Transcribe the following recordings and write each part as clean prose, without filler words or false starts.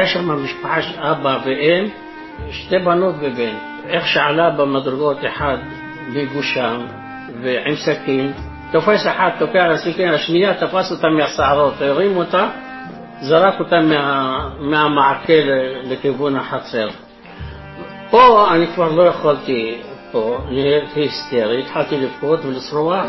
שם משפחה של אבא ואם, שתי בנות ובן. איך שעלה במדרגות אחד מגושם ועם סכין, תופס אחד, תוקע על הסכין, השנייה תפס אותה מהשערות, הרים אותה, זרק אותה מהמעקה לכיוון החצר. פה אני כבר לא יכולתי, פה נהייתי היסטרי, התחלתי לבכות ולצרוח.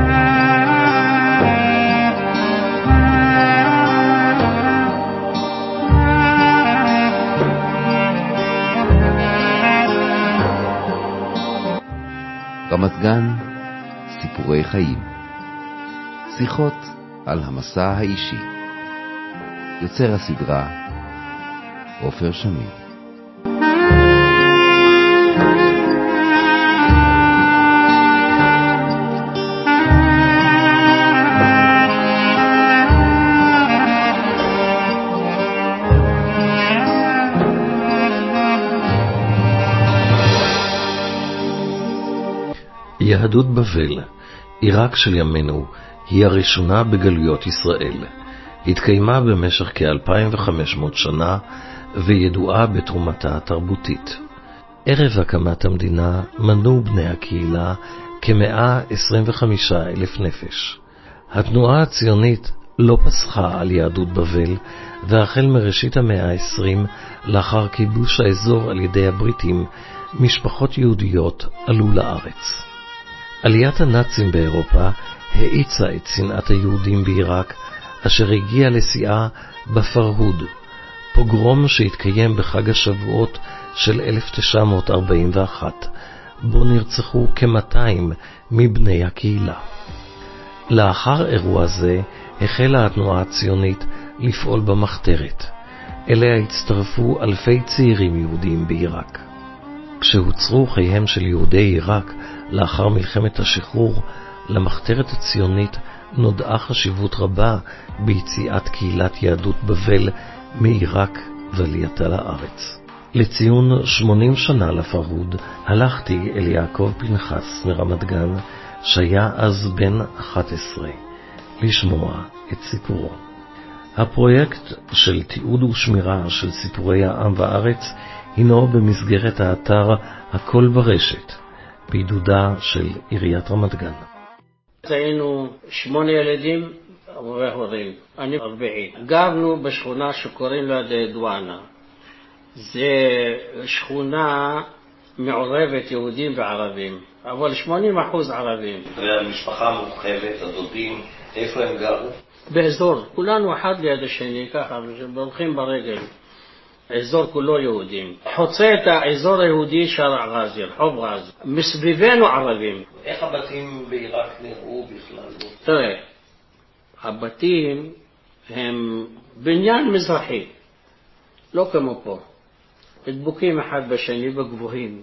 רמת גן, סיפורי חיים. שיחות על המסע האישי. יוצר הסדרה, עופר שמיר. יהדות בבל, עיראק של ימינו, היא הראשונה בגלויות ישראל. התקיימה במשך כ-2500 שנה וידועה בתרומתה התרבותית. ערב הקמת המדינה מנו בני הקהילה כ-125,000 נפש. התנועה הציונית לא פסחה על יהדות בבל, והחל מראשית המאה ה-20, לאחר כיבוש האזור על ידי הבריטים, משפחות יהודיות עלו לארץ. עליית הנאצים באירופה האיצה את שנאת היהודים בעיראק, אשר הגיע לשיאה בפרהוד, פוגרום שהתקיים בחג השבועות של 1941, בו נרצחו כ-200 מבני הקהילה. לאחר אירוע זה החלה התנועה הציונית לפעול במחתרת. אליה הצטרפו אלפי צעירים יהודים בעיראק. כשהוצרו חייהם של יהודי עיראק לאחר מלחמת השחרור, למחתרת הציונית נודעה חשיבות רבה ביציאת קהילת יהדות בבל מעיראק ועלייתה לארץ. לציון 80 שנה לפרהוד הלכתי אל יעקב פנחס מרמת גן, שהיה אז בן 11, לשמוע את סיפורו. הפרויקט של תיעוד ושמירה של סיפורי העם והארץ הינו במסגרת האתר הכל ברשת, בעידודה של עיריית רמת גן. היינו 8 ילדים והורים, אני 40. גרנו בשכונה שקוראים לה דואנה. זה שכונה מעורבת יהודים וערבים, אבל 80% ערבים. והמשפחה מורחבת, הדודים, איפה הם גרו? באזור, כולנו אחד ליד השני, ככה, הולכים ברגל. האזור כולו יהודים. חוצה את האזור היהודי שרע גזי, רחוב גזי. מסביבנו ערבים. איך הבתים בעיראק נראו בכלל? תראה, הבתים הם בניין מזרחי, לא כמו פה. דבוקים אחד בשני בגבוהים.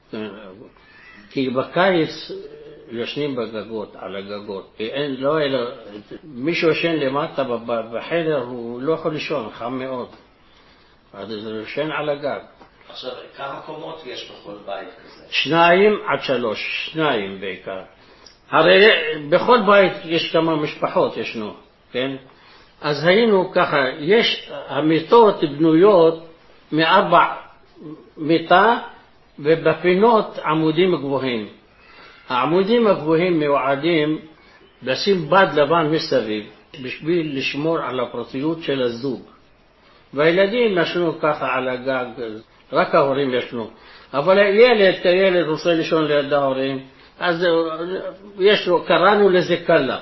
כי בקיץ ישנים בגגות, על הגגות. אין, לא, אלא, מישהו ישן למטה בחדר, הוא לא יכול לישון, חם מאוד. אז זה ישן על הגג. עכשיו, כמה קומות יש בכל בית כזה? 2 עד 3, 2 בעיקר. הרי בכל בית יש כמה משפחות ישנו, כן? אז היינו ככה, יש המיטות בנויות מ4 מיטה, ובפינות עמודים גבוהים. העמודים הגבוהים מיועדים לשים בד לבן מסביב, בשביל לשמור על הפרטיות של הזוג. והילדים ישנו ככה על הגג, רק ההורים ישנו. אבל ילד רוצה לישון ליד ההורים, אז יש לו, קראנו לזה קלה.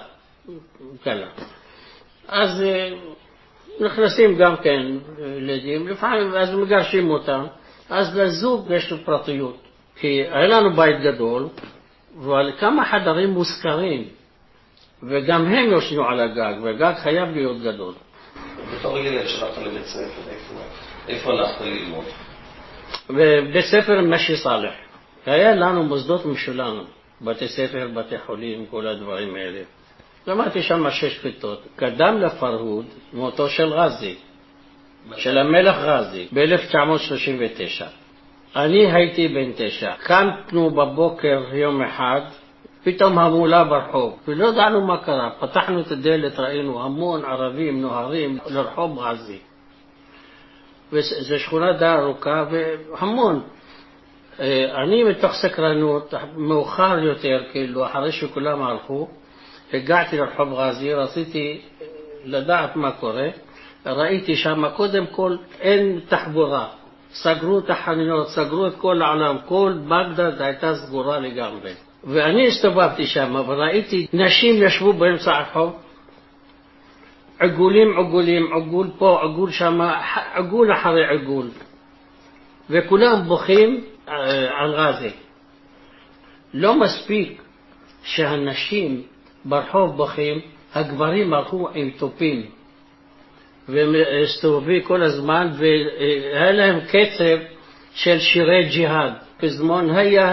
אז נכנסים גם כן ילדים, לפעמים אז מגרשים אותם, אז לזוג יש לו פרטיות. כי היה לנו בית גדול, אבל כמה חדרים מוזכרים, וגם הם יושנו על הגג, והגג חייב להיות גדול. בתור ילד שלחת לבית ספר, איפה הלכת ללמוד? בבית ספר משי סלח. היה לנו מוסדות משלנו, בתי ספר, בתי חולים, כל הדברים האלה. למדתי שם 6 כיתות. קדם לפרהוד, מותו של גזי, של המלך גזי, ב-1939. אני הייתי בן 9. קמנו בבוקר יום אחד, פתאום המולה ברחוב, ולא ידענו מה קרה. פתחנו את הדלת, ראינו המון ערבים נוהרים לרחוב גזי. וזו שכונה די ארוכה והמון. אני מתוך סקרנות, מאוחר יותר, כאילו, אחרי שכולם הלכו, הגעתי לרחוב גזי, רציתי לדעת מה קורה, ראיתי שם, קודם כל, אין תחבורה. סגרו את החנויות, סגרו את כל העולם, כל בגדד הייתה סגורה לגמרי. ואני הסתובבתי שם, וראיתי נשים ישבו באמצע הרחוב, עגולים, עגול פה, עגול שם, עגול אחרי עגול. וכולם בוכים על גזי. לא מספיק שהנשים ברחוב בוכים, הגברים הלכו עם טופים. והם הסתובבו כל הזמן, והיה להם קצב של שירי ג'יהאד. פזמון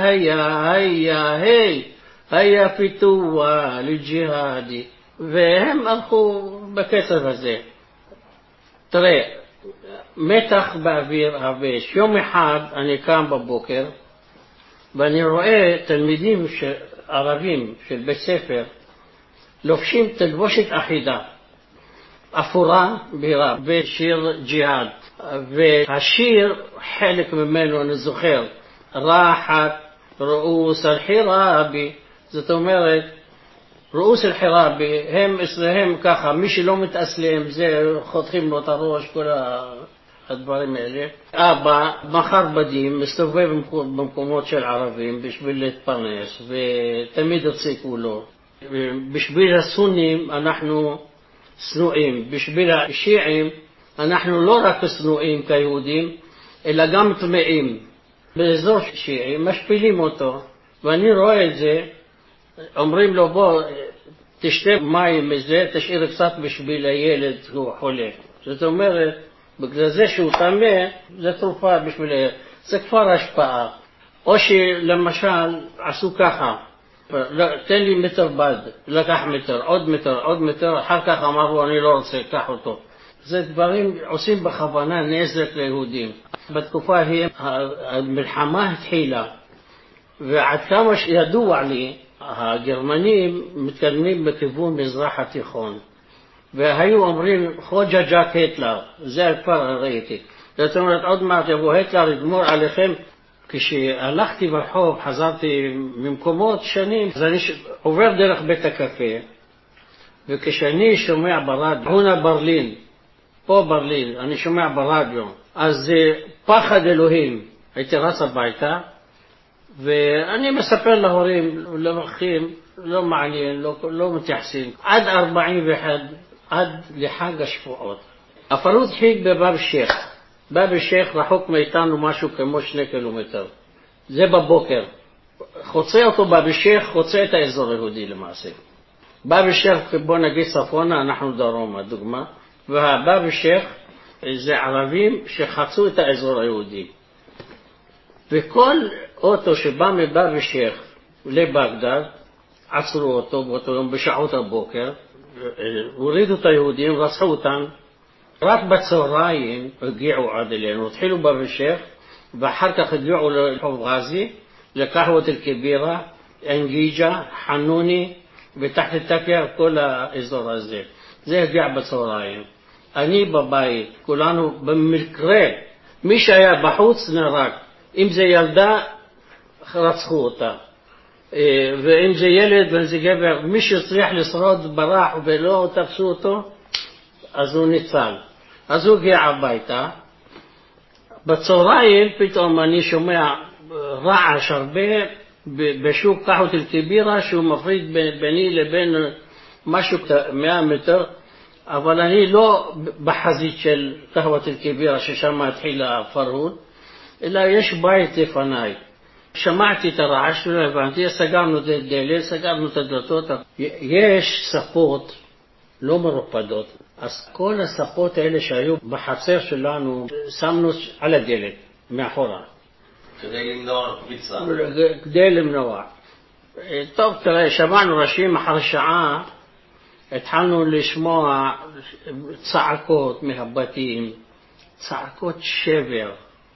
היה פיתוח לג'יהאדי. והם הלכו בקצב הזה. תראה, מתח באוויר הבש. יום אחד אני קם בבוקר, ואני רואה תלמידים ערבים של בית ספר, לובשים תלבושת אחידה. אפורה בהירה, ושיר ג'יהאד. והשיר, חלק ממנו אני זוכר, רחת רؤوس الحرابي. זאת אומרת, רؤوس الحرابي, הם אצלהם ככה, מי שלא מתאסלם, זה חותכים לו את הראש, כל הדברים האלה. אבא מחר בדים, מסתובב במקומות של ערבים בשביל להתפרנס, ותמיד הציקו לו. בשביל הסונים אנחנו שנואים, בשביל השיעים אנחנו לא רק שנואים כיהודים, אלא גם טמאים. באזור שיעי משפילים אותו, ואני רואה את זה, אומרים לו בוא תשתה מים מזה, תשאיר קצת בשביל הילד שהוא חולה. זאת אומרת, בגלל זה שהוא טמא, זה תרופה בשביל הילד. זה כבר השפעה. או שלמשל עשו ככה, תן לי מטר בד, לקח מטר, עוד מטר, אחר כך אמרו אני לא רוצה, קח אותו. זה דברים עושים בכוונה נזק ליהודים. בתקופה ההיא המלחמה התחילה, ועד כמה שידוע לי, הגרמנים מתקדמים בכיוון מזרח התיכון, והיו אומרים חוג'ה ג'אק היטלר, זה כבר ראיתי. זאת אומרת, עוד מעט יבוא היטלר יגמור עליכם. כשהלכתי ברחוב, חזרתי ממקומות שנים, אז אני עובר דרך בית הקפה, וכשאני שומע ברדיו, הונה ברלין, פה ברלין, אני שומע ברדיו, אז זה פחד אלוהים. הייתי רץ הביתה, ואני מספר להורים, למחים, לא מעניין, לא מתייחסים. עד 41, עד לחג השבועות. הפרוד התחיל בבאב שייח. באב שייח רחוק מאיתנו משהו כמו 2 קילומטר. זה בבוקר. חוצה אותו באב שייח, חוצה את האזור היהודי למעשה. באב שייח, בוא נגיד צפונה, אנחנו דרומה, דוגמה. והבאב שייח זה ערבים שחצו את האזור היהודי. וכל אוטו שבא מבאב שייח לבגדד, עצרו אותו באותו יום בשעות הבוקר, הורידו את היהודים, רצחו אותם. רק בצהריים הגיעו עד אלינו, התחילו באב שייח, ואחר כך הגיעו לרחוב גזי, לקחוות אל-כבירה, אנגיג'ה, חנוני, ותחת תקיה, כל האזור הזה. זה הגיע בצהריים. אני בבית, כולנו במקרה, מי שהיה בחוץ נהרג. אם זה ילדה, רצחו אותה. ואם זה ילד ואם זה גבר, מי שצריך לשרוד ברח ולא תפסו אותו, אז הוא ניצל. אז הוא הגיע הביתה. בצהריים פתאום אני שומע רעש הרבה בשוק קחות אל-כבירה, שהוא מפריד ביני לבין משהו 100 מטר, אבל אני לא בחזית של קחות אל-כבירה ששם התחיל הפרהוד, אלא יש בית לפניי. שמעתי את הרעש, לא הבנתי, סגרנו את הדלת, סגרנו את הדלתות. יש ספות לא מרופדות, אז כל הספות האלה שהיו בחצר שלנו, שמנו על הדלת, מאחורה. כדי למנוע פריצה. כדי למנוע. טוב, תראה, שמענו ראשים, אחר שעה התחלנו לשמוע צעקות מהבתים, צעקות שבר.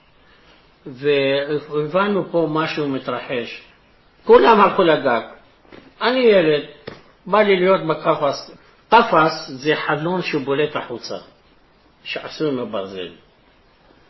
והבנו פה משהו מתרחש. כולם הלכו לגג. אני ילד, בא לי להיות בקפס. קפס זה חלון שבולט החוצה, שעשוי מברזל.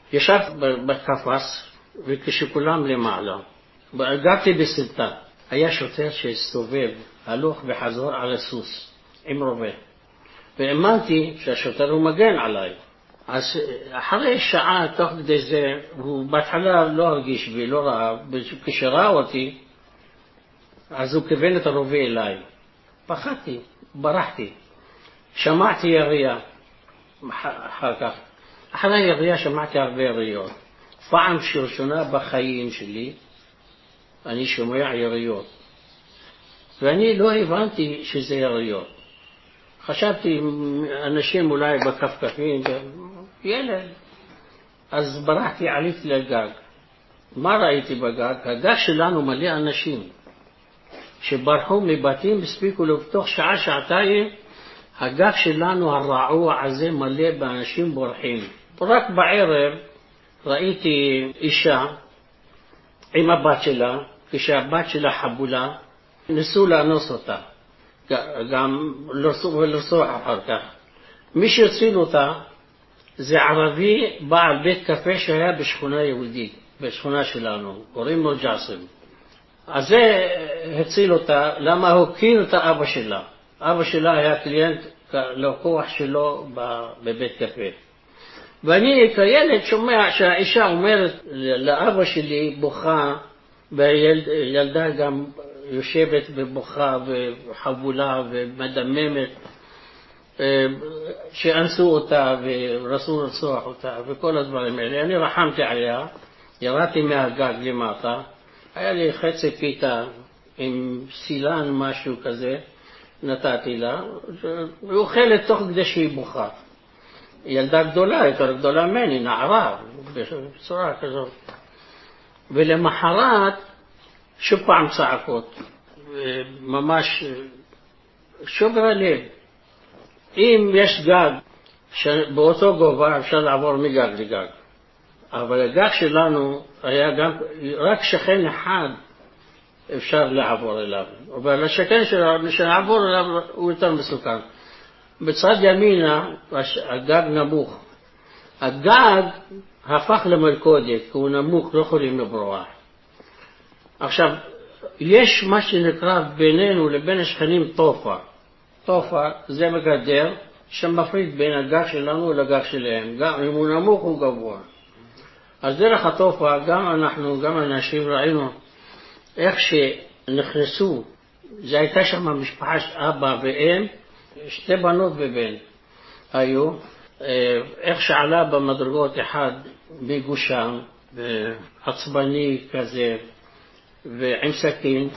ישב בקפס וכשכולם למעלה. גרתי בסלטה. היה שוטר שהסתובב הלוך וחזור על הסוס עם רובה. והאמנתי שהשוטר הוא מגן עליי. אז אחרי שעה תוך כדי זה, הוא בהתחלה לא הרגיש בי, לא ראה, כשראה אותי, אז הוא כיוון את הרובה אליי. פחדתי, ברחתי. שמעתי ירייה. אחר כך, אחרי הירייה שמעתי הרבה יריות. פעם ראשונה בחיים שלי, אני שומע יריות. ואני לא הבנתי שזה יריות. חשבתי אנשים אולי בכפכפים, ילד. אז ברחתי, עליתי לגג. מה ראיתי בגג? הגג שלנו מלא אנשים שברחו מבתים, הספיקו לבתוך שעה, שעתיים, הגג שלנו הרעוע הזה מלא באנשים בורחים. רק בערב ראיתי אישה עם הבת שלה, כשהבת שלה חבולה, ניסו לאנוס אותה, גם לרצוח אחר כך. מי שהציל אותה זה ערבי בעל בית קפה שהיה בשכונה יהודית, בשכונה שלנו, קוראים לו ג'אסם. אז זה הציל אותה, למה הוא הכיר את האבא שלה. אבא שלה היה קליינט, לקוח שלו בבית קפה. ואני כילד שומע שהאישה אומרת לאבא שלי בוכה, וילדה גם יושבת בבוכה וחבולה ומדממת, שאנסו אותה ורצו לרצוח אותה וכל הדברים האלה. אני רחמתי עליה, ירדתי מהגג למטה, היה לי חצי כיתה עם סילן משהו כזה, נתתי לה, והיא אוכלת תוך כדי שהיא בוכה. ילדה גדולה, יותר גדולה ממני, נערה, בצורה כזאת. ולמחרת שוב פעם צעקות, ממש שובר הלב. אם יש גג באותו גובה אפשר לעבור מגג לגג, אבל הגג שלנו היה גם רק שכן אחד אפשר לעבור אליו, אבל השכן שנעבור אליו הוא יותר מסוכן. בצד ימינה הגג נמוך, הגג הפך למלכודת, כי הוא נמוך, לא יכולים לברוח. עכשיו, יש מה שנקרא בינינו לבין השכנים טופה. טופה זה מגדר שמפריד בין הגג שלנו לגג שלהם. גם אם הוא נמוך הוא גבוה. אז דרך הטופה גם אנחנו, גם אנשים ראינו איך שנכנסו. זה הייתה שם משפחה אבא ואם, שתי בנות ובן היו. איך שעלה במדרגות אחד בגושם, עצבני כזה, ועם סכין,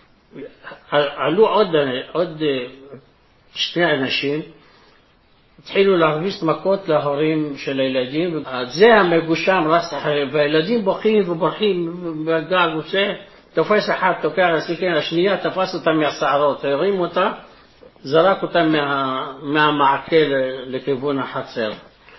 עלו עוד שני אנשים, התחילו להרביץ מכות להורים של הילדים, זה המגושם רץ אחריהם, והילדים בוכים ובורחים בגג, וזה תופס אחד, תוקע לסכין, השנייה תפס אותה מהשערות, הרים אותה, זרק אותה מהמעקל לכיוון החצר.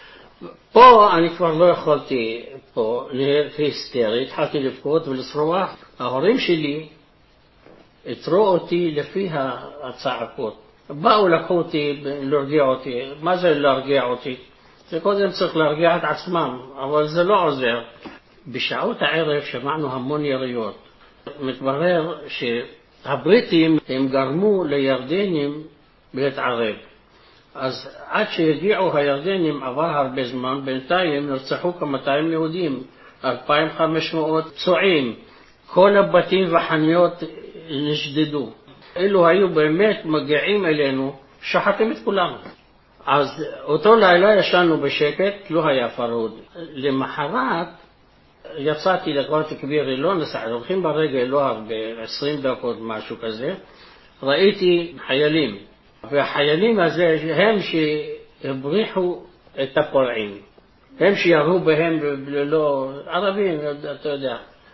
פה אני כבר לא יכולתי, פה נהייתי היסטרי, התחלתי לבכות ולצרוח. ההורים שלי התרו אותי לפי הצעקות. באו לקחו אותי, להרגיע אותי. מה זה להרגיע אותי? זה קודם צריך להרגיע את עצמם, אבל זה לא עוזר. בשעות הערב שמענו המון יריות. מתברר שהבריטים הם גרמו לירדנים להתערב. אז עד שהגיעו הירדנים עבר הרבה זמן, בינתיים נרצחו כ-200 יהודים, 2,500 פצועים, כל הבתים וחנויות נשדדו. אלו היו באמת מגיעים אלינו, שחטים את כולם. אז אותו לילה ישנו בשקט, לא היה פרוד. למחרת יצאתי לקראת כבירי, לא נסע, הולכים ברגל, לא הרבה, 20 דקות משהו כזה, ראיתי חיילים. והחיילים הזה הם שהבריחו את הפורעים, הם שירו בהם ללא ערבים, אתה יודע.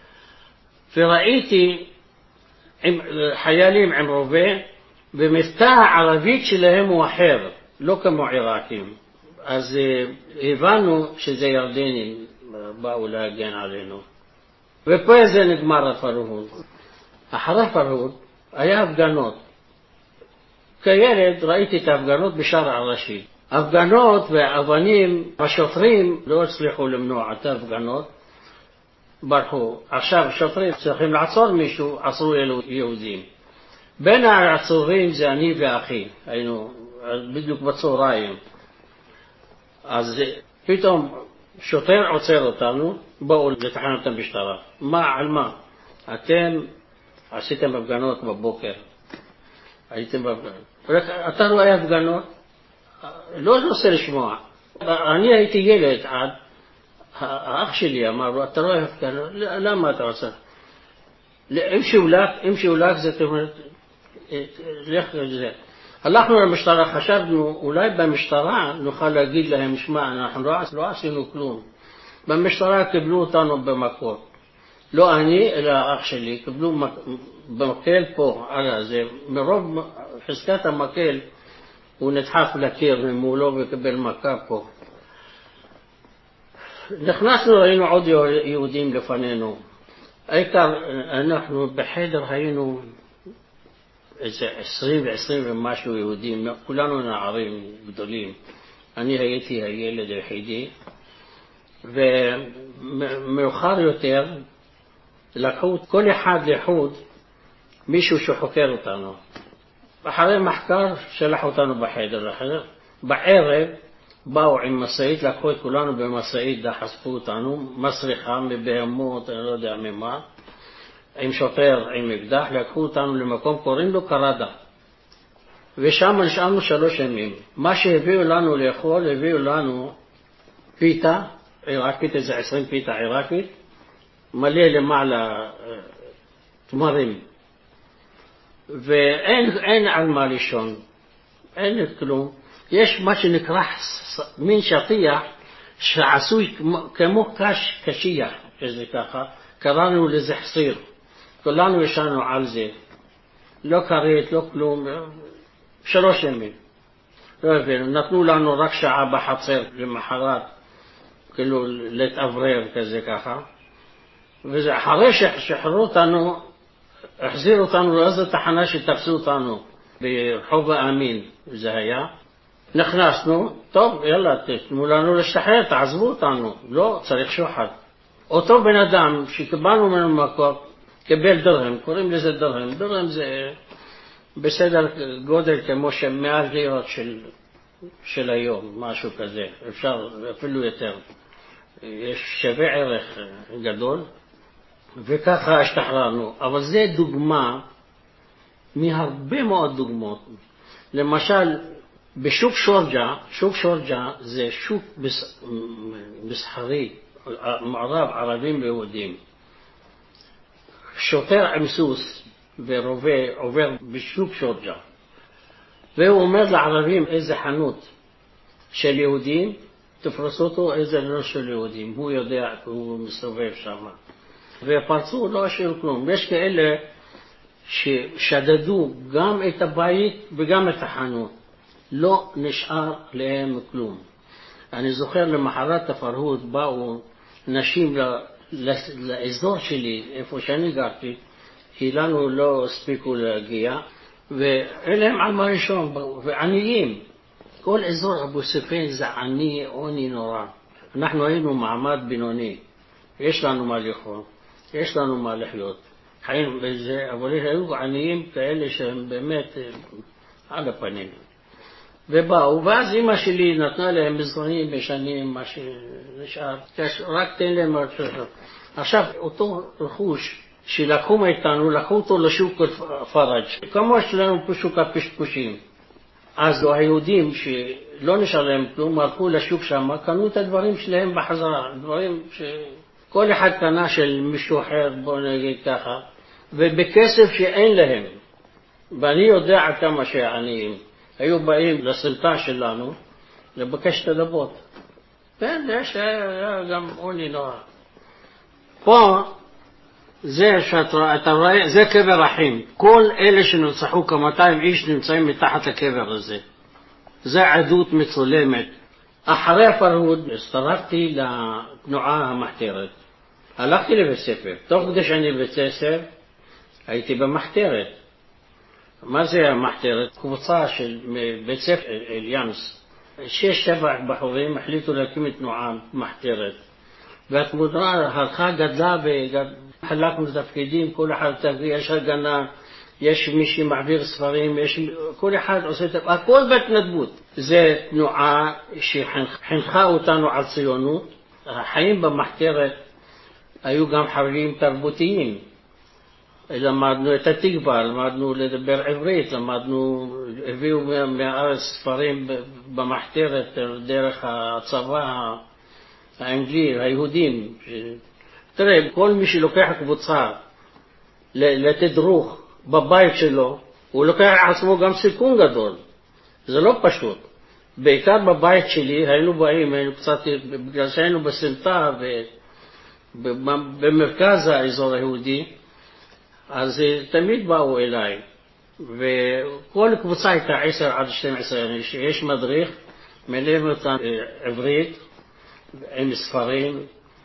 וראיתי חיילים עם רובה, ומבטא הערבית שלהם הוא אחר, לא כמו עיראקים. אז הבנו שזה ירדנים באו להגן עלינו. ופה זה נגמר הפרהוד. אחרי הפרהוד היה הפגנות. כילד ראיתי את ההפגנות בשארע א-רשיד. הפגנות ואבנים, השוטרים לא הצליחו למנוע את ההפגנות, ברחו. עכשיו שוטרים צריכים לעצור מישהו, עצרו אלו יהודים. בין העצורים זה אני ואחי, היינו בדיוק בצהריים. אז פתאום שוטר עוצר אותנו, באו לתחנת המשטרה. על מה? אתם עשיתם הפגנות בבוקר. הייתם בהפגנות. אתה רואה הפגנות? לא רוצה לשמוע. אני הייתי ילד עד, האח שלי אמר לו, אתה רואה הפגנות? למה אתה רוצה? אם שאולק זה תאמר, לך לזה. הלכנו למשטרה, חשבנו, אולי במשטרה נוכל להגיד להם, שמע, אנחנו לא עשינו כלום. במשטרה קיבלו אותנו במכות. לא אני, אלא האח שלי, קיבלו במקל פה, על זה. מרוב חזקת המקל, הוא נדחף לקיר ממולו וקיבל מכה פה. נכנסנו, ראינו עוד יהודים לפנינו. העיקר, אנחנו בחדר היינו איזה 20 ומשהו יהודים, כולנו נערים גדולים. אני הייתי הילד היחידי, ומאוחר יותר לקחו כל אחד לחוד מישהו שחוקר אותנו. אחרי מחקר שלח אותנו בחדר אחר. בערב באו עם מסעית, לקחו את כולנו במסעית, דחספו אותנו, מסריחה מבהמות, אני לא יודע ממה, עם שוטר, עם אקדח, לקחו אותנו למקום, קוראים לו קרדה. ושם נשארנו 3 ימים. מה שהביאו לנו לאכול, הביאו לנו פיתה עיראקית, איזה 20 פיתה עיראקית, מלא למעלה תמרים. ואין על מה לישון, אין כלום. יש מה שנקרא מין שטיח שעשוי כמו קשיח, שזה ככה, קראנו לזה חסיר. כולנו ישנו על זה, לא כרית, לא כלום, 3 ימים. לא הבאנו, נתנו לנו רק שעה בחצר למחרת, כאילו להתאוורר כזה ככה. ואחרי שחררו אותנו, החזירו אותנו לאיזו תחנה שתפסו אותנו, ברחוב האמין זה היה. נכנסנו, טוב, יאללה, תנו לנו להשתחרר, תעזבו אותנו. לא, צריך שוחד. אותו בן אדם שקיבלנו ממנו מקום, קיבל דרהם, קוראים לזה דרהם. דרהם זה בסדר גודל כמו 100 לירות של היום, משהו כזה. אפשר אפילו יותר. יש שווה ערך גדול, וככה השתחררנו. אבל זה דוגמה מהרבה מאוד דוגמאות. למשל, בשוק שורג'ה זה שוק מסחרי, מערב, ערבים ויהודים. שוטר עם סוס ורובה עובר בשוק שורג'ה, והוא אומר לערבים איזה חנות של יהודים, תפרסו אותו, איזה לא של יהודים. הוא יודע, הוא מסתובב שם. ופרצו, לא השאירו כלום. יש כאלה ששדדו גם את הבית וגם את החנות. לא נשאר להם כלום. אני זוכר למחרת הפרהוד באו נשים לאזור שלי, איפה שאני גרתי, כי לנו לא הספיקו להגיע, ואין להם על מה ראשון, ועניים. כל אזור אבו ספין זה עני, עוני נורא. אנחנו היינו מעמד בינוני. יש לנו מה לאכול, יש לנו מה לחיות. חיים בזה, אבל היו עניים כאלה שהם באמת על הפנים. ובאו, ואז אמא שלי נתנה להם מזרונים ישנים, מה שנשאר, רק תן להם הרשת. עכשיו, אותו רכוש שלקחו מאיתנו, לקחו אותו לשוק פרג', כמו שלנו בשוק הפשפושים. אז היהודים שלא נשאר להם כלום, הלכו לשוק שם, קנו את הדברים שלהם בחזרה, דברים שכל אחד קנה של מישהו אחר, בוא נגיד ככה, ובכסף שאין להם. ואני יודע כמה שעניים. היו באים לסלטה שלנו לבקש את הדבות. כן, יש גם עוני נורא. פה, זה שאתה רואה, זה קבר אחים. כל אלה שנרצחו כ-200 איש נמצאים מתחת לקבר הזה. זה עדות מצולמת. אחרי הפרהוד הצטרפתי לתנועה המחתרת. הלכתי לבית ספר. תוך כדי שאני בבית ספר, הייתי במחתרת. מה זה המחתרת? קבוצה של בית ספר אליאנס. 6-7 בחורים החליטו להקים תנועה מחתרת. והתמונה הלכה גדלה וחלקנו תפקידים, כל אחד תביא, יש הגנה, יש מי שמעביר ספרים, כל אחד עושה הכל בהתנדבות. זה תנועה שחינכה אותנו על ציונות. החיים במחתרת היו גם חיים תרבותיים. למדנו את התקווה, למדנו לדבר עברית, הביאו מהארץ ספרים במחתרת דרך הצבא האנגלי, היהודים. תראה, כל מי שלוקח קבוצה לתדרוך בבית שלו, הוא לוקח עצמו גם סיכון גדול. זה לא פשוט. בעיקר בבית שלי היינו באים, בגלל שהיינו בסמטה במרכז האזור היהודי, אז תמיד באו אליי. וכל קבוצה הייתה 10-12 איש. יש מדריך, מלמד אותם עברית, עם ספרים.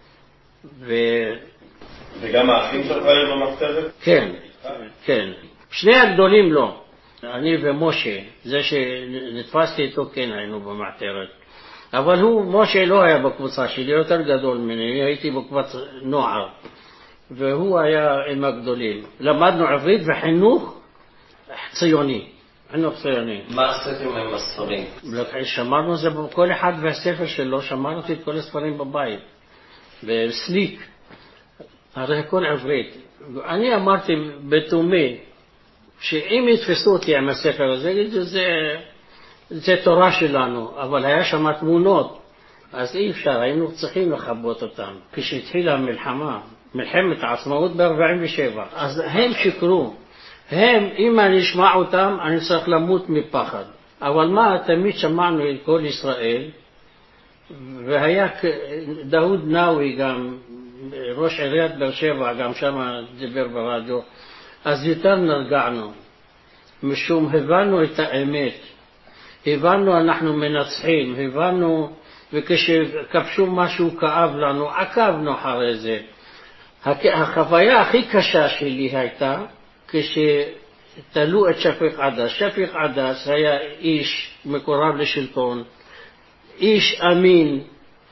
וגם האחים שלך היו במחתרת? כן, כן. שני הגדולים לא. אני ומשה, זה שנתפסתי איתו, כן היינו במחתרת. אבל משה לא היה בקבוצה שלי, יותר גדול ממני, הייתי בקבוצת נוער. והוא היה עם הגדולים. למדנו עברית וחינוך ציוני. חינוך ציוני. מה עשיתם עם הספרים? שמרנו זה, כל אחד והספר שלו, שמרתי את כל הספרים בבית. בסליק. הרי הכל עברית. אני אמרתי בתומי, שאם יתפסו אותי עם הספר הזה, יגידו זה תורה שלנו, אבל היה שם תמונות, אז אי אפשר, היינו צריכים לחבות אותם. כשהתחילה המלחמה, מלחמת העצמאות ב-47, אז הם שיקרו. אם אני אשמע אותם, אני צריך למות מפחד. אבל מה, תמיד שמענו את כל ישראל, והיה דאוד נאווי גם, ראש עיריית באר שבע, גם שם דיבר ברדיו, אז יותר נרגענו, משום הבנו את האמת, הבנו אנחנו מנצחים, הבנו, וכשכבשו משהו כאב לנו, עקבנו אחרי זה. החוויה הכי קשה שלי הייתה כשתלו את שפיק עדס. שפיק עדס היה איש מקורב לשלטון, איש אמין,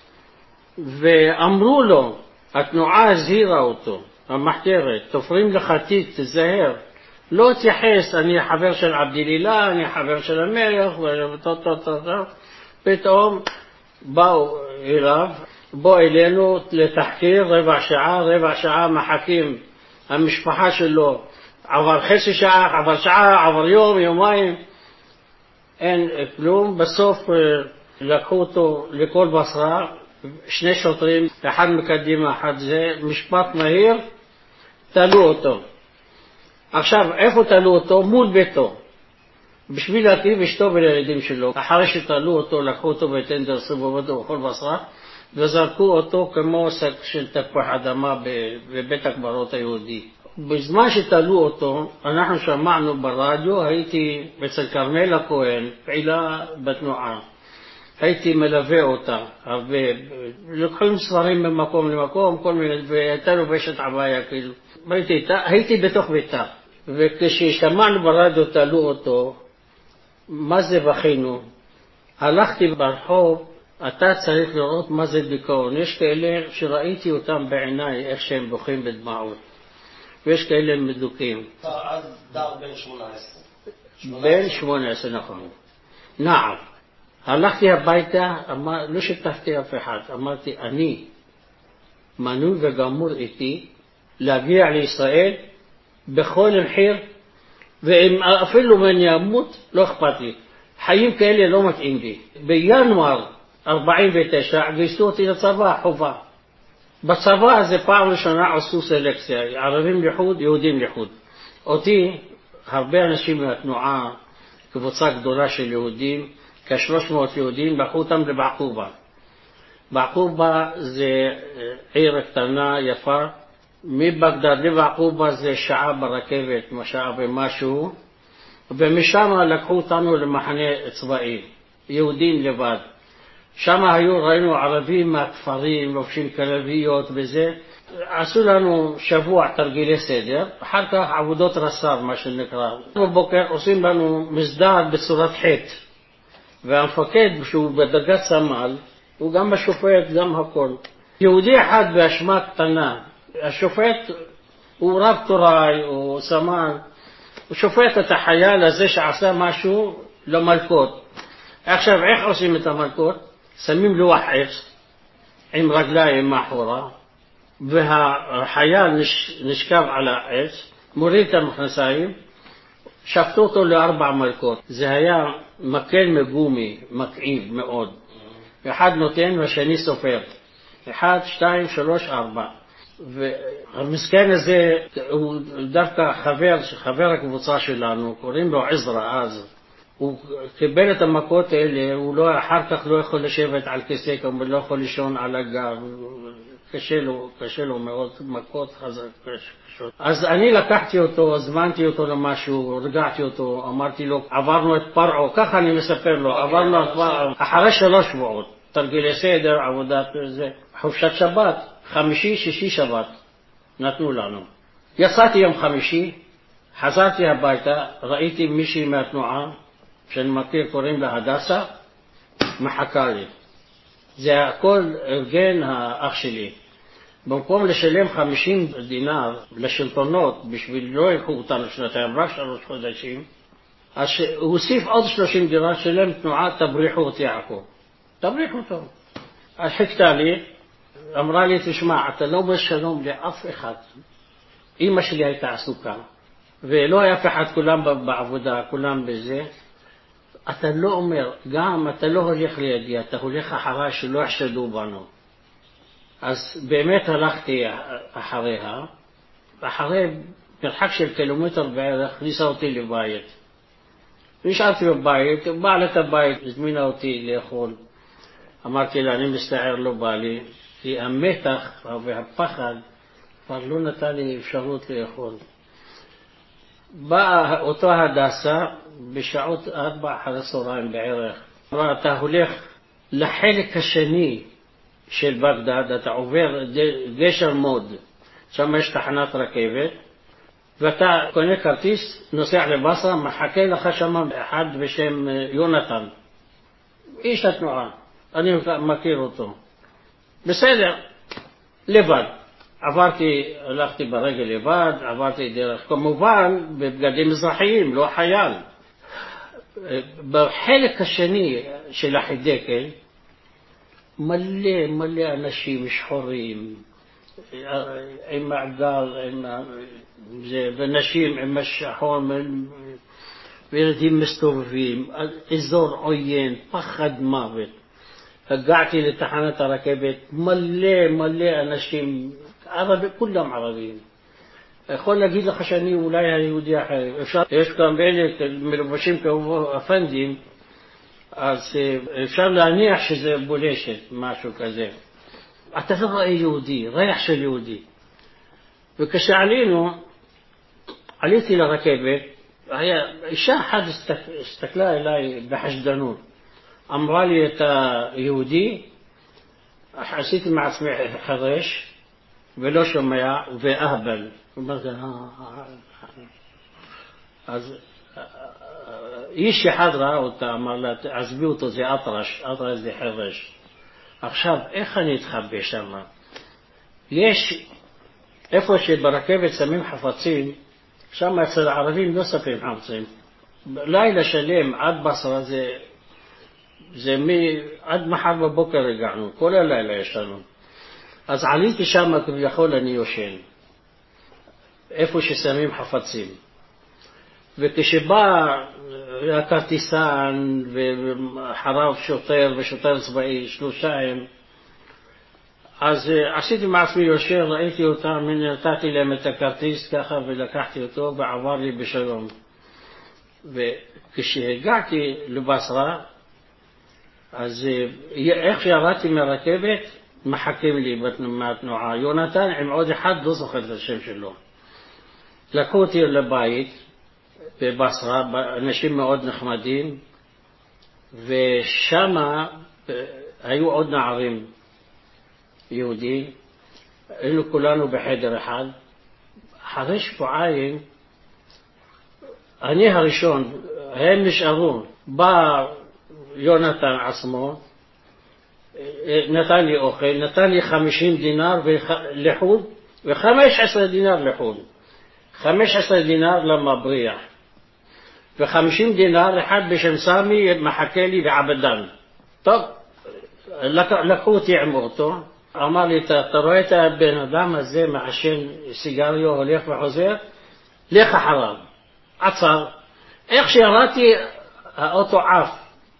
ואמרו לו, התנועה הזהירה אותו, המחתרת, תופרים לך תיק, תזהר, לא תייחס, אני חבר של עבדילילה, אני חבר של המלך, פתאום באו אליו, בוא אלינו לתחקיר, רבע שעה מחכים, המשפחה שלו, עבר חצי שעה, עבר שעה, עבר יום, יומיים, אין כלום. בסוף לקחו אותו לכל בשרה, 2 שוטרים, אחד מקדימה, אחד זה, משפט מהיר, תלו אותו. עכשיו, איפה תלו אותו? מול ביתו. בשביל להטיב אשתו ולילדים שלו. אחרי שתלו אותו, לקחו אותו בטנדר, סובבו בכל בשרה, וזרקו אותו כמו שק של תפוח אדמה בבית הקברות היהודי. בזמן שתלו אותו, אנחנו שמענו ברדיו, הייתי אצל כרמל הכהן, פעילה בתנועה. הייתי מלווה אותה הרבה, לוקחים ספרים ממקום למקום, כל מיני, והייתה לובשת עבאיה, כאילו. הייתי בתוך ביתה, וכששמענו ברדיו תלו אותו, מה זה בכינו? הלכתי ברחוב, אתה צריך לראות מה זה דיכאון. יש כאלה שראיתי אותם בעיניי, איך שהם בוכים בדמעות. ויש כאלה מדוקים. אז דר בן 18. בן 18, נכון. נער. הלכתי הביתה, לא שיתפתי אף אחד. אמרתי, אני מנוי וגמור איתי להגיע לישראל בכל מחיר, ואם אפילו אני אמות, לא אכפת לי. חיים כאלה לא מתאים לי. בינואר 49 גייסו אותי לצבא, חובה. בצבא הזה פעם ראשונה עשו סלקציה, ערבים לחוד, יהודים לחוד. אותי, הרבה אנשים מהתנועה, קבוצה גדולה של יהודים, כ-300 יהודים, לקחו אותם לבעקובה. בעקובה זה עיר קטנה, יפה. מבגדד לבעקובה זה שעה ברכבת, שעה ומשהו. ומשם לקחו אותנו למחנה צבאי, יהודים לבד. שם ראינו ערבים מהכפרים, לובשים כלביות וזה. עשו לנו שבוע תרגילי סדר, אחר כך עבודות רס"ר, מה שנקרא. בבוקר עושים לנו מסדר בצורת חטא. והמפקד שהוא בדרגת סמל, הוא גם השופט, גם הכל. יהודי אחד באשמה קטנה, השופט הוא רב תוראי, הוא סמל, הוא שופט את החייל הזה שעשה משהו למלכות. עכשיו, איך עושים את המלכות? שמים לוח עץ עם רגליים מאחורה, והחייל נשכב על העץ, מוריד את המכנסיים, שפטו אותו ל4 מלכות. זה היה מקל מגומי, מקעיב מאוד. אחד נותן והשני סופר. 1, 2, 3, 4. והמסכן הזה הוא דווקא חבר הקבוצה שלנו, קוראים לו עזרא אז. הוא קיבל את המכות האלה, הוא אחר כך לא יכול לשבת על כיסא, הוא לא יכול לישון על הגב, קשה לו מאוד, מכות קשות. אז אני לקחתי אותו, הזמנתי אותו למשהו, הרגעתי אותו, אמרתי לו, עברנו את פרעו, ככה אני מספר לו, עברנו את פרעו, אחרי 3 שבועות, תרגילי סדר, עבודת זה, חופשת שבת, 5, 6 שבת, נתנו לנו. יצאתי יום 5, חזרתי הביתה, ראיתי מישהי מהתנועה, שאני מכיר, קוראים לה הדסה, מחכה לי. זה הכל ארגן האח שלי. במקום לשלם 50 דינר לשלטונות, בשביל לא ילכו אותנו 2, רק 3 חודשים, אז הוא הוסיף עוד 30 דינר, שלם תנועה, תבריחו אותי יעקב. תבריחו אותו. אז חיכתה לי, אמרה לי, תשמע, אתה לא בשלום לאף אחד. אמא שלי הייתה עסוקה, ולא היה אף אחד, כולם בעבודה, כולם בזה. אתה לא אומר, גם אתה לא הולך לידי, אתה הולך אחריי שלא יחשדו בנו. אז באמת הלכתי אחריה, אחרי מרחק של קילומטר בערך, הכניסה אותי לבית. נשארתי בבית, בעלת הבית הזמינה אותי לאכול. אמרתי לה, אני מסתער, לא בא לי, כי המתח והפחד כבר לא נתן לי אפשרות לאכול. באה אותו הדסה בשעות 4 אחרי הצהריים בערך. אמרה, אתה הולך לחלק השני של בגדד, אתה עובר גשר מוד, שם יש תחנת רכבת, ואתה קונה כרטיס, נוסע לבסרה, מחכה לך שם אחד בשם יונתן, איש התנועה, אני מכיר אותו. בסדר, לבד. הלכתי ברגל לבד, עברתי דרך, כמובן בבגדים אזרחיים, לא חייל. בחלק השני של החידקל, מלא אנשים שחורים, עם מעגל, ונשים עם השחור, וילדים מסתובבים, אזור עוין, פחד מוות. הגעתי לתחנת הרכבת, מלא אנשים, כולם ערבים. יכול להגיד לך שאני אולי היהודי אחר. יש גם אלה מלובשים כאפנדים, אז אפשר להניח שזה בולשת, משהו כזה. אתה לא רואה יהודי, ריח של יהודי. וכשעלינו, עליתי לרכבת, אישה אחת הסתכלה אליי בחשדנות. אמרה לי, אתה יהודי? עשיתי מעצמי חרש, ולא שומע, ואהבל. אמרתי, אז איש אחד ראה אותה, אמר לה, עזבי אותו, זה אטרש זה חרש. עכשיו, איך אני אתחבא שם? יש, איפה שברכבת שמים חפצים, שם אצל הערבים לא שמים חפצים. לילה שלם עד בסרה עד מחר בבוקר הגענו, כל הלילה יש לנו. אז עליתי שם כביכול אני יושן, איפה ששמים חפצים. וכשבא הכרטיסן וחרב שוטר ושוטר צבאי, 3 הם, אז עשיתי מעצמי יושר, ראיתי אותם, נתתי להם את הכרטיס ככה ולקחתי אותו ועבר לי בשלום. וכשהגעתי לבסרה, אז איך שירדתי מהרכבת, מחכים לי מהתנועה. יונתן עם עוד אחד, לא זוכר את השם שלו. לקחו אותי לבית בבסרה, אנשים מאוד נחמדים, ושם היו עוד נערים יהודים, היינו כולנו בחדר אחד. אחרי שבועיים, אני הראשון, הם נשארו, בא יונתן עצמו, נתן לי אוכל, נתן לי 50 דינר לחוד ו-15 דינר לחוד. 15 דינר למבריח ו50 דינר אחד בשם סמי מחכה לי בעבדן. טוב, לקחו אותי עם אותו, אמר לי, אתה רואה את הבן אדם הזה מעשן סיגריו הולך וחוזר? לך אחריו. עצר. איך שירדתי האוטו עף.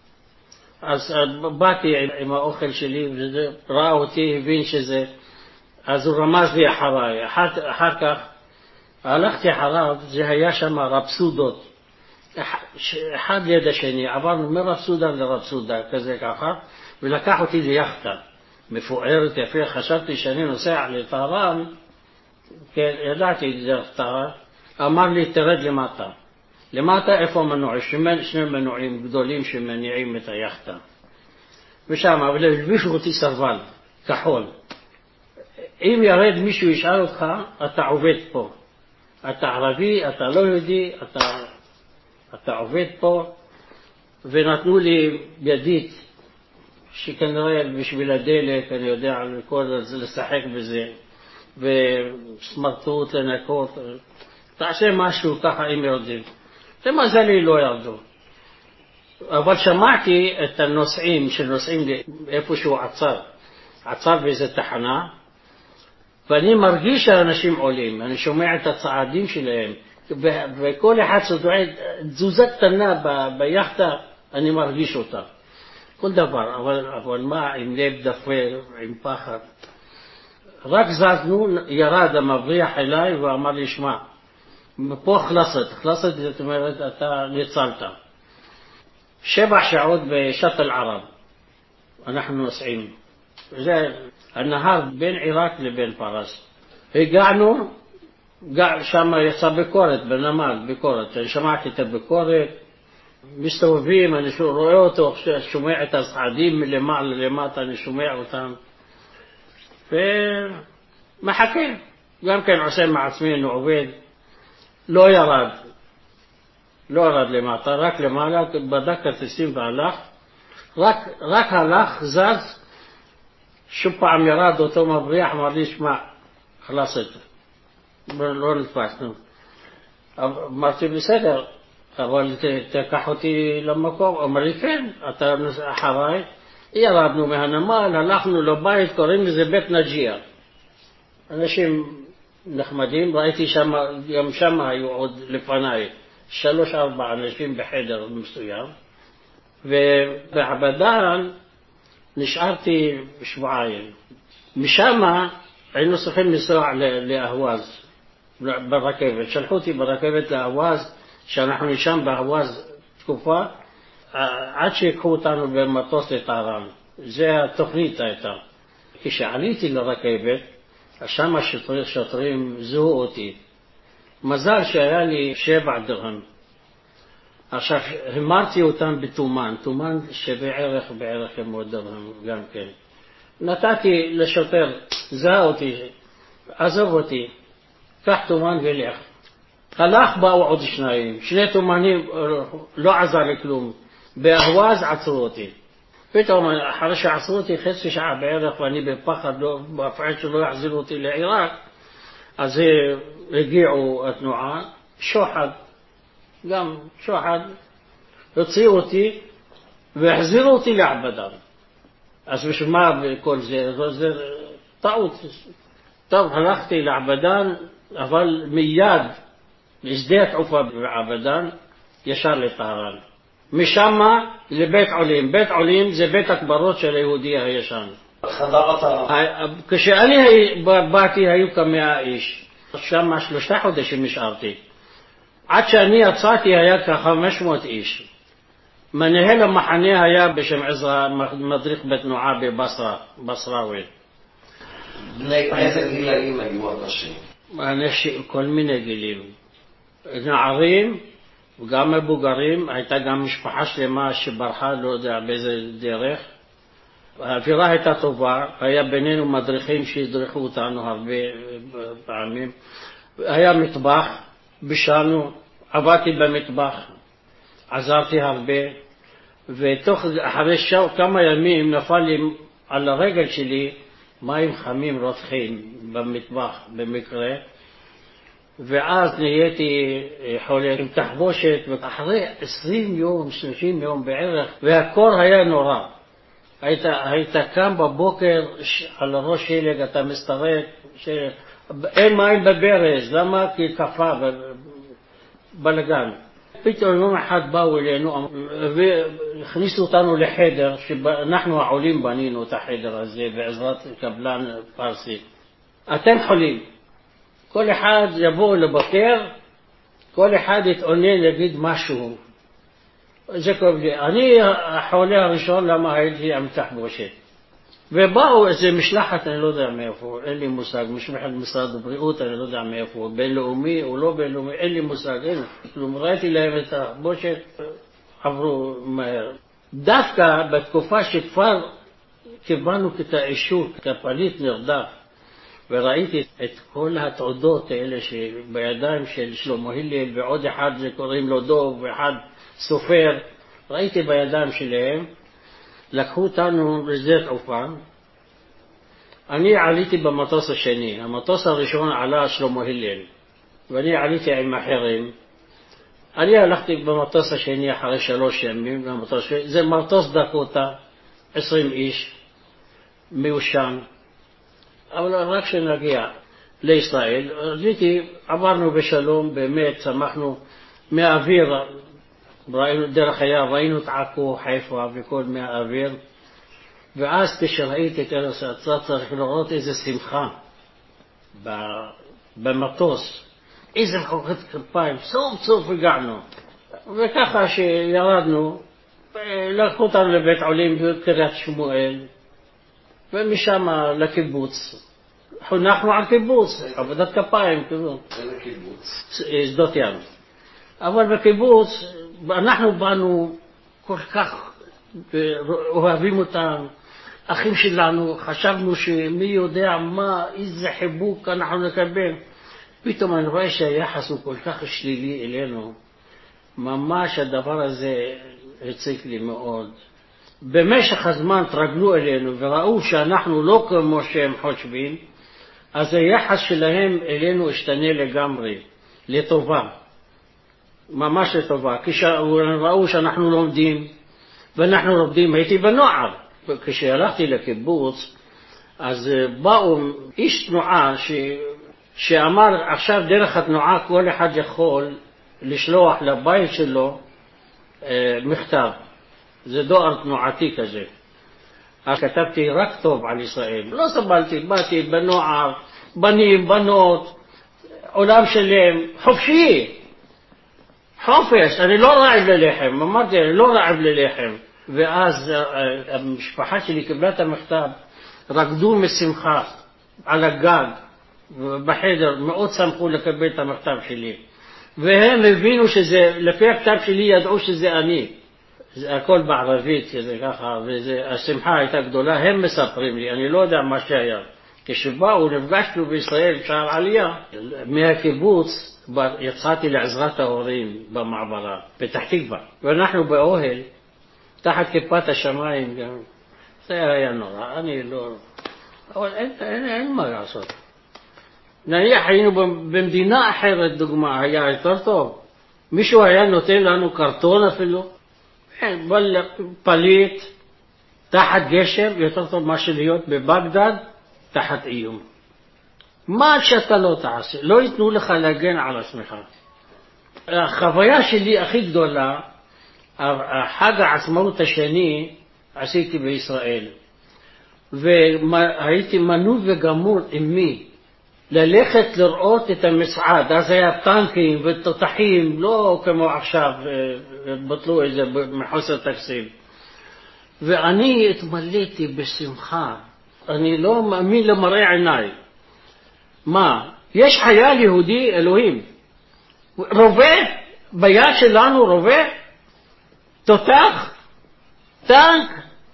אז באתי עם האוכל שלי, ראה אותי, הבין שזה, אז הוא רמז לי אחריי. אחר כך הלכתי אחריו, זה היה שם רפסודות, אחד ליד השני, עברנו מרפסודה לרפסודה, כזה ככה, ולקח אותי ליחדה מפוארת יפה. חשבתי שאני נוסע לטהרן, כן, ידעתי דרך טהרן. אמר לי, תרד למטה. למטה איפה מנועי? שני מנועים גדולים שמניעים את היחדה. ושם, אבל הלבישו אותי סרבל, כחול. אם ירד מישהו ישאל אותך, אתה עובד פה. אתה ערבי, אתה לא יהודי, אתה עובד פה. ונתנו לי ידית, שכנראה בשביל הדלק, אני יודע, לשחק בזה, וסמרטוט לנקות. תעשה משהו ככה אם יורדים. למזלי לא ירדו. אבל שמעתי את הנוסעים שנוסעים איפה שהוא עצר באיזה תחנה, ואני מרגיש שהאנשים עולים, אני שומע את הצעדים שלהם, וכל אחד צועד, תזוזה קטנה ביחדה, אני מרגיש אותה. כל דבר, אבל מה, עם לב דפר, עם פחד. רק זזנו, ירד המבריח אליי ואמר לי, שמע, פה חלסת, זאת אומרת, אתה ניצלת. 7 שעות בשטל ערב, אנחנו נוסעים. זה הנהר בין עיראק לבין פרס. הגענו, שם יצא ביקורת, בנמל, ביקורת. אני שמעתי את הביקורת, מסתובבים, אני רואה אותו, שומע את הצעדים מלמעלה למטה, אני שומע אותם. ומחכה, גם כן עושה מעצמנו, עובד. לא ירד למטה, רק למעלה, בדק כרטיסים והלך. רק הלך, זז, שוב פעם ירד אותו מבריח, אמר לי, שמע, חלסת. לא נתפסנו. אמרתי, בסדר, אבל תקח אותי למקום. אמר לי, כן, אתה אחריי. ירדנו מהנמל, הלכנו לבית, קוראים לזה בית נג'יה. אנשים נחמדים, ראיתי שם, גם שם היו עוד לפניי 3-4 אנשים בחדר מסוים, ובעבדן נשארתי 2 שבועות. משם היינו צריכים לנסוע לאהווז ברכבת, שלחו אותי ברכבת לאהווז, שאנחנו נשם באהווז תקופה, עד שיקחו אותנו במטוס לטהרן. זה התוכנית הייתה. כשעליתי לרכבת, שם השוטרים זוהו אותי. מזל שהיה לי 7 דרהם. עכשיו, המרתי אותם בתומן, תומן שבערך 100 דרהם גם כן. נתתי לשוטר, זהה אותי, עזוב אותי, קח תומן ולך. הלך, באו עוד 2 תומנים, לא עזר לי כלום. באהווז עצרו אותי. פתאום אחרי שעצרו אותי חצי שעה בערך, ואני בפחד, בפחד שלא יחזירו אותי לעיראק, אז הגיעו התנועה, גם שוחד, הוציאו אותי והחזירו אותי לעבדן. אז בשביל מה בכל זה? זה טעות. טוב, הלכתי לעבדן, אבל מיד לשדה התעופה בעבדן, ישר לטהרן. משם לבית עולים. בית עולים זה בית הקברות של היהודי הישן. כשאני באתי היו כ100 איש. שם 3 חודשים נשארתי. עד שאני יצאתי היה כ500 איש. מנהל המחנה היה בשם עזרא, מדריך בתנועה בבסראווי. איזה גילאים היו אנשים? כל מיני גילים. נערים וגם מבוגרים. הייתה גם משפחה שלמה שברחה, לא יודע באיזה דרך. האווירה הייתה טובה, היה בינינו מדריכים שהדריכו אותנו הרבה פעמים. היה מטבח, בישלנו, עבדתי במטבח, עזרתי הרבה. ותוך אחרי כמה ימים נפל לי על הרגל שלי מים חמים רותחים במטבח במקרה, ואז נהייתי חולה עם תחבושת, ואחרי 20 יום, 30 יום בערך, והקור היה נורא. היית קם בבוקר על הראש שלג, אתה מסתרק, אין מים בברז, למה? כי קפה בלגן. פתאום יום אחד באו אלינו והכניסו אותנו לחדר, שאנחנו העולים בנינו את החדר הזה בעזרת קבלן פרסי. אתם חולים, כל אחד יבוא לבקר, כל אחד יתעונן להגיד משהו. זה כואב לי. אני החולה הראשון, למה הייתי עם תחבושת. ובאו איזה משלחת, אני לא יודע מאיפה, אין לי מושג, משרד הבריאות, אני לא יודע מאיפה, בינלאומי או לא בינלאומי, אין לי מושג, אין. כלומר, ראיתי להם את התחבושת, עברו מהר. דווקא בתקופה שכבר קיבלנו את האישור, כפליט נרדף, וראיתי את כל התעודות האלה שבידיים של שלמה הלל, ועוד אחד זה קוראים לו דוב, ואחד סופר, ראיתי בידיים שלהם, לקחו אותנו לשדה תעופה. אני עליתי במטוס השני, המטוס הראשון עלה שלמה הלל, ואני עליתי עם אחרים. אני הלכתי במטוס השני אחרי 3 ימים, זה מטוס דקוטה, 20 איש, מיושן, אבל רק שנגיע לישראל, עברנו בשלום, באמת שמחנו מהאוויר, ראינו דרך הים, ראינו את עכו, חיפה וכל מהאוויר, ואז כשראיתי את ארץ האצלה צריך לראות איזה שמחה במטוס, איזה מחוקת כפיים, סוף סוף הגענו. וככה שירדנו, לקחו אותנו לבית עולים בקריית שמואל, ומשם לקיבוץ. חונכנו על קיבוץ, עבודת כפיים, איזה קיבוץ? שדות ים. אבל בקיבוץ אנחנו באנו כל כך אוהבים אותם, אחים שלנו, חשבנו שמי יודע מה, איזה חיבוק אנחנו נקבל. פתאום אני רואה שהיחס הוא כל כך שלילי אלינו. ממש הדבר הזה הציק לי מאוד. במשך הזמן תרגלו אלינו וראו שאנחנו לא כמו שהם חושבים, אז היחס שלהם אלינו השתנה לגמרי, לטובה. ממש לטובה. כשראו שאנחנו לומדים, ואנחנו לומדים, הייתי בנוער. כשהלכתי לקיבוץ, אז באו איש תנועה שאמר עכשיו דרך התנועה כל אחד יכול לשלוח לבית שלו מכתב. זה דואר תנועתי כזה. אז כתבתי רק טוב על ישראל. לא סבלתי, באתי בנוער, בנים, בנות, עולם שלם, חופשי. חופש, אני לא רעב ללחם. אמרתי, אני לא רעב ללחם. ואז המשפחה שלי קיבלה את המכתב, רקדו משמחה על הגג בחדר, מאוד שמחו לקבל את המכתב שלי. והם הבינו שזה, לפי הכתב שלי ידעו שזה אני. זה הכל בערבית, זה ככה, והשמחה הייתה גדולה. הם מספרים לי, אני לא יודע מה שהיה. כשבאו, נפגשנו בישראל, שער עלייה, מהקיבוץ, יצאתי לעזרת ההורים במעברה, פתח תקווה. ואנחנו באוהל, תחת כיפת השמיים גם. זה היה נורא, אני לא... אבל אין מה לעשות. נניח היינו במדינה אחרת, דוגמה, היה יותר טוב. מישהו היה נותן לנו קרטון אפילו. פליט, תחת גשם, יותר טוב מה שלהיות בבגדד, תחת איום. מה שאתה לא תעשה, לא ייתנו לך להגן על עצמך. החוויה שלי הכי גדולה, חג העצמאות השני עשיתי בישראל, והייתי מנוי וגמור עם מי ללכת לראות את המצעד. אז היה טנקים ותותחים, לא כמו עכשיו, בטלו איזה מחוסר תקציב. ואני התמלאתי בשמחה, אני לא מאמין למראה עיניי. מה? יש חייל יהודי, אלוהים, רובה, ביד שלנו רובה, תותח, טנק,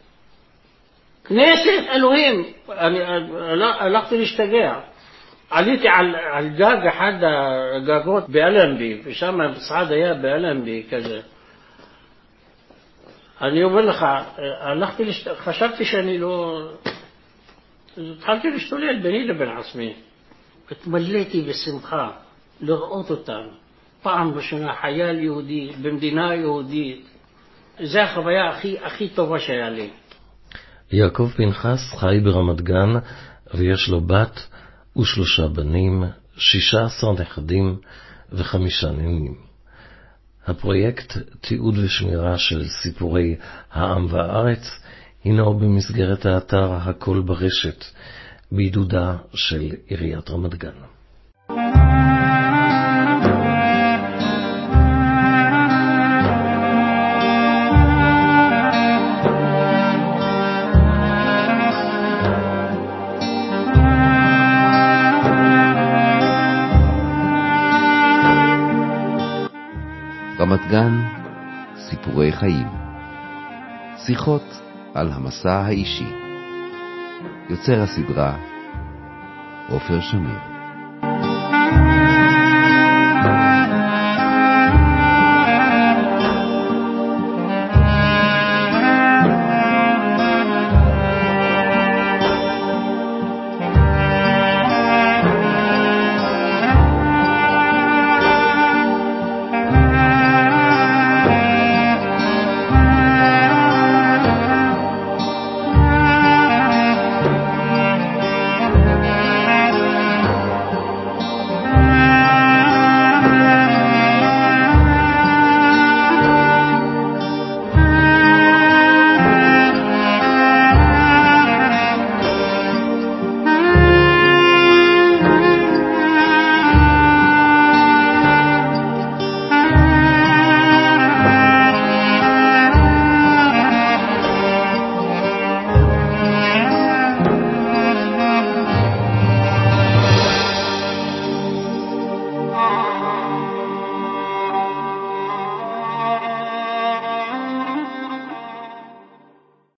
כנסת, אלוהים. אני הלכתי להשתגע. עליתי על גג אחד הגגות באלנבי, ושם המצעד היה באלנבי כזה. אני אומר לך, חשבתי שאני לא... התחלתי להשתולל ביני לבין עצמי. התמלאתי בשמחה לראות אותם. פעם ראשונה חייל יהודי במדינה יהודית. זו החוויה הכי טובה שהיה לי. יעקב פנחס חי ברמת גן ויש לו בת ו3 בנים, 16 נכדים ו5 נינים. הפרויקט תיעוד ושמירה של סיפורי העם והארץ הינו במסגרת האתר הכל ברשת בעידודה של עיריית רמת גן. רמת גן, סיפורי חיים. שיחות על המסע האישי. יוצר הסדרה עופר שמיר.